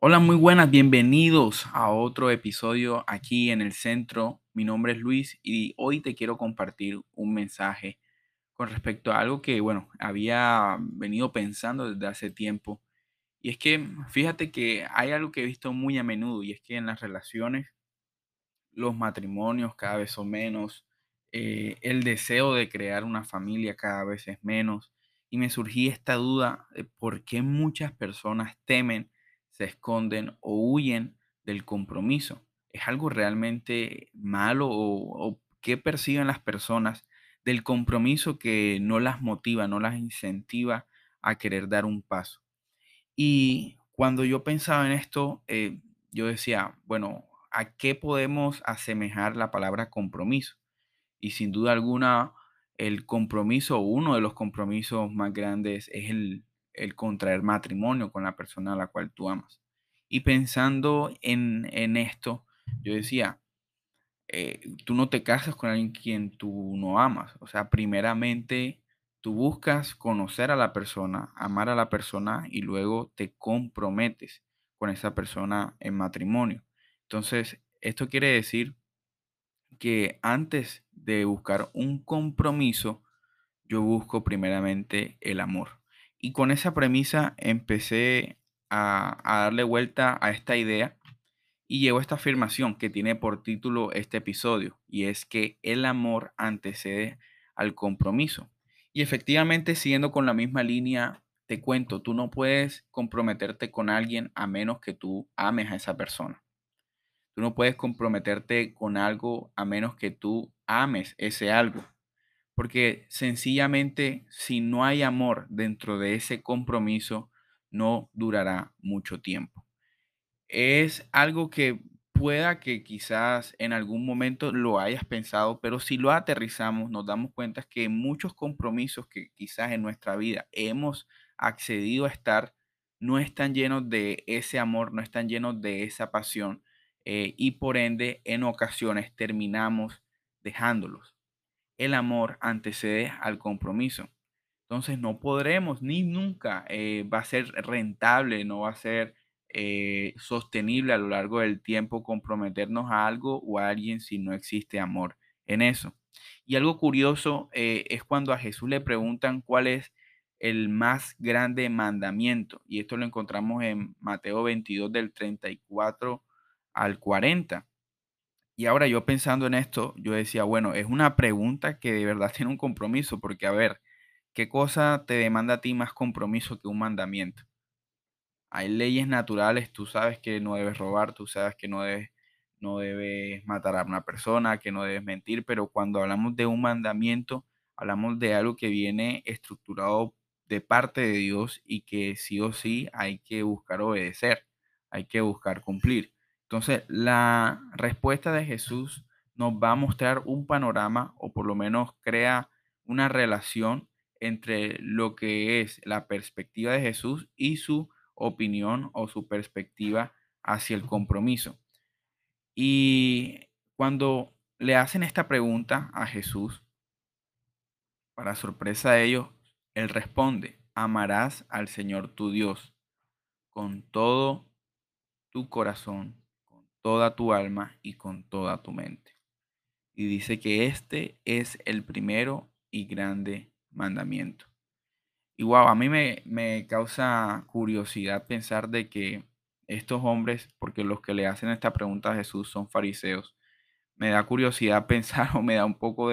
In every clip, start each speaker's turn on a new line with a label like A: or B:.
A: Hola, muy buenas, bienvenidos a otro episodio aquí en el centro. Mi nombre es Luis y hoy te quiero compartir un mensaje con respecto a algo que, bueno, había venido pensando desde hace tiempo. Y es que fíjate que hay algo que he visto muy a menudo y es que en las relaciones los matrimonios cada vez son menos, el deseo de crear una familia cada vez es menos. Y me surgía esta duda de por qué muchas personas temen, se esconden o huyen del compromiso. ¿Es algo realmente malo o qué perciben las personas del compromiso que no las motiva, no las incentiva a querer dar un paso? Y cuando yo pensaba en esto, yo decía, bueno, ¿a qué podemos asemejar la palabra compromiso? Y sin duda alguna, el compromiso, uno de los compromisos más grandes es el contraer matrimonio con la persona a la cual tú amas. Y pensando en esto, yo decía, tú no te casas con alguien quien tú no amas. O sea, primeramente tú buscas conocer a la persona, amar a la persona y luego te comprometes con esa persona en matrimonio. Entonces, esto quiere decir que antes de buscar un compromiso, yo busco primeramente el amor. Y con esa premisa empecé a darle vuelta a esta idea y llegó esta afirmación que tiene por título este episodio, y es que el amor antecede al compromiso. Y efectivamente, siguiendo con la misma línea, te cuento, tú no puedes comprometerte con alguien a menos que tú ames a esa persona. Tú no puedes comprometerte con algo a menos que tú ames ese algo. Porque sencillamente, si no hay amor dentro de ese compromiso, no durará mucho tiempo. Es algo que pueda que quizás en algún momento lo hayas pensado, pero si lo aterrizamos, nos damos cuenta que muchos compromisos que quizás en nuestra vida hemos accedido a estar, no están llenos de ese amor, no están llenos de esa pasión, y por ende en ocasiones terminamos dejándolos. El amor antecede al compromiso. Entonces no podremos ni nunca va a ser rentable, no va a ser sostenible a lo largo del tiempo comprometernos a algo o a alguien si no existe amor en eso. Y algo curioso es cuando a Jesús le preguntan cuál es el más grande mandamiento. Y esto lo encontramos en Mateo 22 del 34 al 40. Y ahora yo pensando en esto, yo decía, bueno, es una pregunta que de verdad tiene un compromiso, porque a ver, ¿qué cosa te demanda a ti más compromiso que un mandamiento? Hay leyes naturales, tú sabes que no debes robar, tú sabes que no debes matar a una persona, que no debes mentir, pero cuando hablamos de un mandamiento, hablamos de algo que viene estructurado de parte de Dios y que sí o sí hay que buscar obedecer, hay que buscar cumplir. Entonces, la respuesta de Jesús nos va a mostrar un panorama o por lo menos crea una relación entre lo que es la perspectiva de Jesús y su opinión o su perspectiva hacia el compromiso. Y cuando le hacen esta pregunta a Jesús, para sorpresa de ellos, él responde, amarás al Señor tu Dios con todo tu corazón, con toda tu alma y con toda tu mente. Y dice que este es el primero y grande mandamiento. Y wow, a mí me causa curiosidad pensar de que estos hombres, porque los que le hacen esta pregunta a Jesús son fariseos, me da curiosidad pensar o me da un poco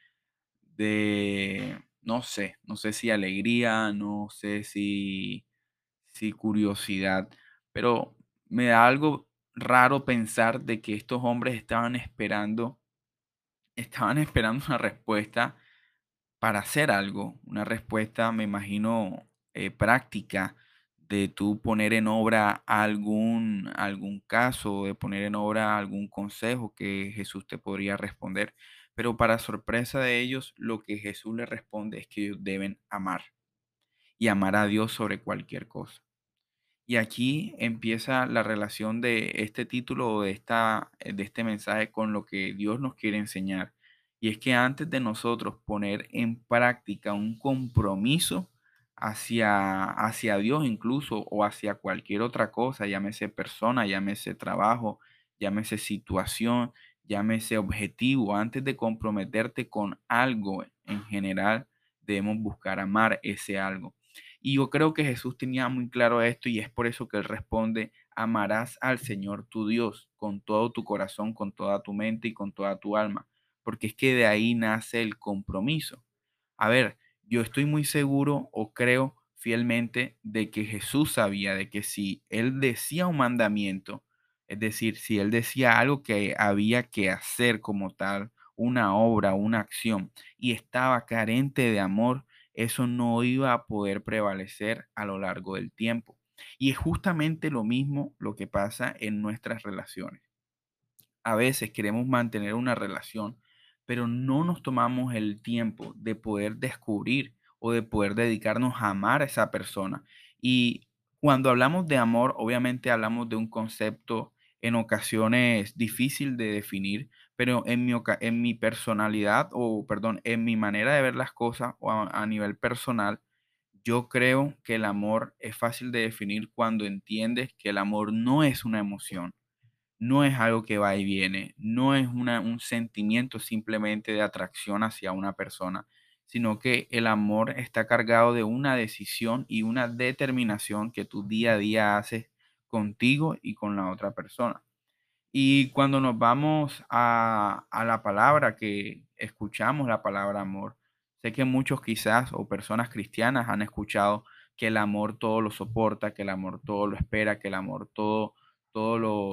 A: no sé si alegría, no sé si curiosidad, pero me da algo raro pensar de que estos hombres estaban esperando una respuesta para hacer algo, una respuesta, me imagino, práctica de tú poner en obra algún caso, de poner en obra algún consejo que Jesús te podría responder. Pero para sorpresa de ellos, lo que Jesús les responde es que ellos deben amar y amar a Dios sobre cualquier cosa. Y aquí empieza la relación de este título o de este mensaje con lo que Dios nos quiere enseñar. Y es que antes de nosotros poner en práctica un compromiso, hacia Dios incluso o hacia cualquier otra cosa, llámese persona, llámese trabajo, llámese situación, llámese objetivo. Antes de comprometerte con algo en general, debemos buscar amar ese algo. Y yo creo que Jesús tenía muy claro esto y es por eso que él responde, amarás al Señor tu Dios con todo tu corazón, con toda tu mente y con toda tu alma, porque es que de ahí nace el compromiso. A ver, yo estoy muy seguro o creo fielmente de que Jesús sabía de que si él decía un mandamiento, es decir, si él decía algo que había que hacer como tal, una obra, una acción, y estaba carente de amor, eso no iba a poder prevalecer a lo largo del tiempo. Y es justamente lo mismo lo que pasa en nuestras relaciones. A veces queremos mantener una relación, pero no nos tomamos el tiempo de poder descubrir o de poder dedicarnos a amar a esa persona. Y cuando hablamos de amor, obviamente hablamos de un concepto en ocasiones difícil de definir, pero en mi personalidad o, perdón, en mi manera de ver las cosas o a nivel personal, yo creo que el amor es fácil de definir cuando entiendes que el amor no es una emoción, no es algo que va y viene, no es un sentimiento simplemente de atracción hacia una persona, sino que el amor está cargado de una decisión y una determinación que tú día a día haces contigo y con la otra persona. Y cuando nos vamos a la palabra que escuchamos, la palabra amor, sé que muchos quizás o personas cristianas han escuchado que el amor todo lo soporta, que el amor todo lo espera, que el amor todo lo,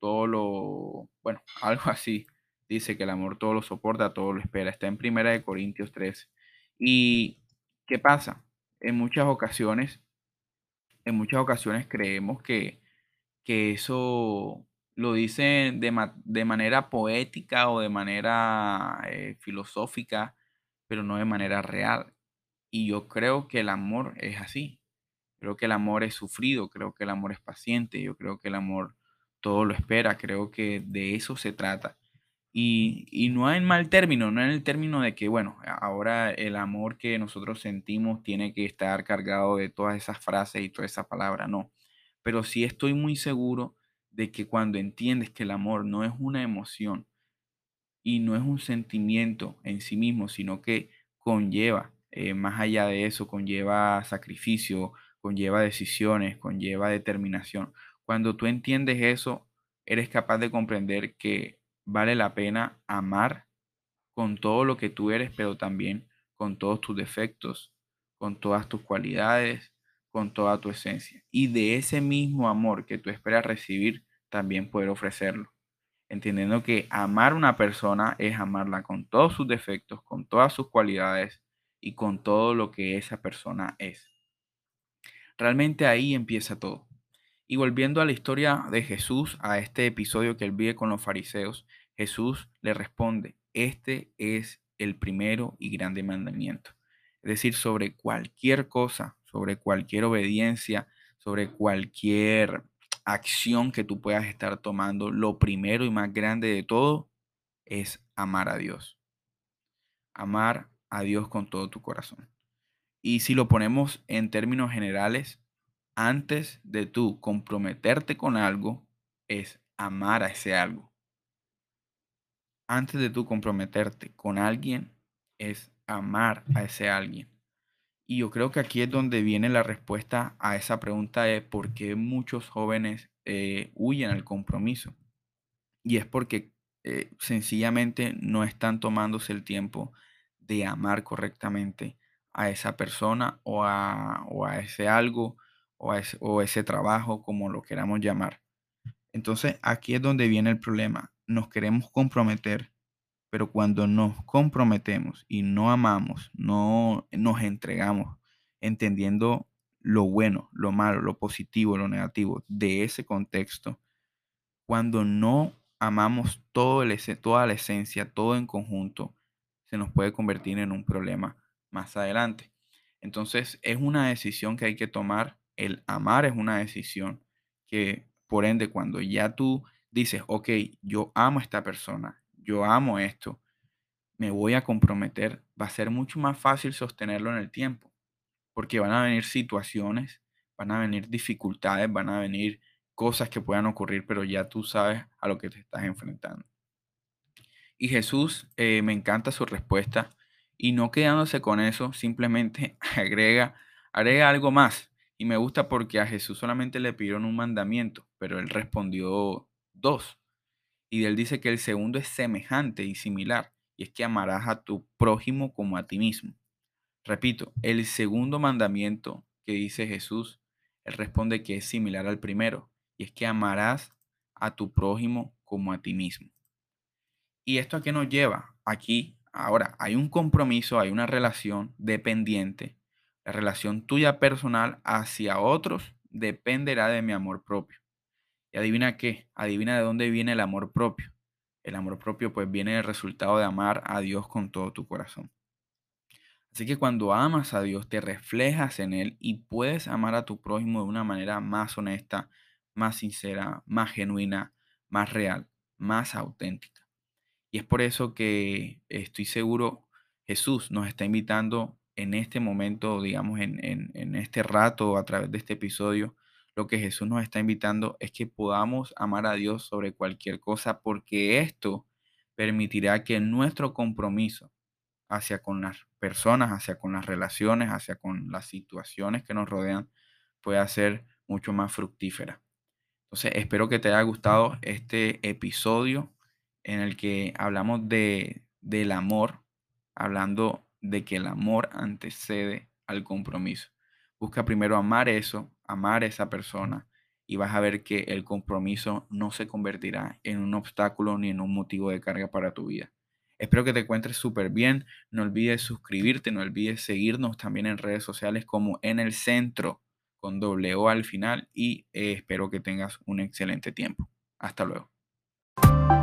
A: bueno, algo así. Dice que el amor todo lo soporta, todo lo espera. Está en Primera de Corintios 13. ¿Y qué pasa? En muchas ocasiones, en muchas ocasiones creemos que eso lo dicen de manera poética o de manera filosófica, pero no de manera real. Y yo creo que el amor es así. Creo que el amor es sufrido, creo que el amor es paciente, yo creo que el amor todo lo espera, creo que de eso se trata. Y no en mal término, no en el término de que, bueno, ahora el amor que nosotros sentimos tiene que estar cargado de todas esas frases y toda esa palabra, no. Pero sí estoy muy seguro de que cuando entiendes que el amor no es una emoción, y no es un sentimiento en sí mismo, sino que conlleva, más allá de eso, conlleva sacrificio, conlleva decisiones, conlleva determinación. Cuando tú entiendes eso, eres capaz de comprender que vale la pena amar con todo lo que tú eres, pero también con todos tus defectos, con todas tus cualidades, con toda tu esencia. Y de ese mismo amor que tú esperas recibir, también poder ofrecerlo, entendiendo que amar a una persona es amarla con todos sus defectos, con todas sus cualidades y con todo lo que esa persona es. Realmente ahí empieza todo. Y volviendo a la historia de Jesús, a este episodio que él vive con los fariseos, Jesús le responde, este es el primero y grande mandamiento. Es decir, sobre cualquier cosa, sobre cualquier obediencia, sobre cualquier acción que tú puedas estar tomando, lo primero y más grande de todo es amar a Dios. Amar a Dios con todo tu corazón. Y si lo ponemos en términos generales, antes de tú comprometerte con algo, es amar a ese algo. Antes de tú comprometerte con alguien, es amar a ese alguien. Y yo creo que aquí es donde viene la respuesta a esa pregunta de por qué muchos jóvenes huyen al compromiso. Y es porque sencillamente no están tomándose el tiempo de amar correctamente a esa persona o a ese algo o ese trabajo, como lo queramos llamar. Entonces aquí es donde viene el problema. Nos queremos comprometer, pero cuando nos comprometemos y no amamos, no nos entregamos, entendiendo lo bueno, lo malo, lo positivo, lo negativo de ese contexto, cuando no amamos toda la esencia, todo en conjunto, se nos puede convertir en un problema más adelante. Entonces, es una decisión que hay que tomar. El amar es una decisión que, por ende, cuando ya tú dices, ok, yo amo a esta persona, yo amo esto, me voy a comprometer, va a ser mucho más fácil sostenerlo en el tiempo. porque van a venir situaciones, van a venir dificultades, van a venir cosas que puedan ocurrir, pero ya tú sabes a lo que te estás enfrentando. Y Jesús, me encanta su respuesta y no quedándose con eso, simplemente agrega algo más. Y me gusta porque a Jesús solamente le pidieron un mandamiento, pero él respondió dos. Y él dice que el segundo es semejante y similar, y es que amarás a tu prójimo como a ti mismo. Repito, el segundo mandamiento que dice Jesús, él responde que es similar al primero, y es que amarás a tu prójimo como a ti mismo. ¿Y esto a qué nos lleva? Aquí, ahora, hay un compromiso, hay una relación dependiente. La relación tuya personal hacia otros dependerá de mi amor propio. ¿Y adivina qué? Adivina de dónde viene el amor propio. El amor propio pues viene del resultado de amar a Dios con todo tu corazón. Así que cuando amas a Dios, te reflejas en Él y puedes amar a tu prójimo de una manera más honesta, más sincera, más genuina, más real, más auténtica. Y es por eso que estoy seguro, Jesús nos está invitando en este momento, digamos, en este rato, a través de este episodio, lo que Jesús nos está invitando es que podamos amar a Dios sobre cualquier cosa, porque esto permitirá que nuestro compromiso hacia con las personas, hacia con las relaciones, hacia con las situaciones que nos rodean, pueda ser mucho más fructífera. Entonces, espero que te haya gustado este episodio en el que hablamos del amor, hablando de que el amor antecede al compromiso. Busca primero amar eso, amar a esa persona, y vas a ver que el compromiso no se convertirá en un obstáculo ni en un motivo de carga para tu vida. Espero que te encuentres súper bien. No olvides suscribirte, no olvides seguirnos también en redes sociales como En el Centro con doble O al final y espero que tengas un excelente tiempo. Hasta luego.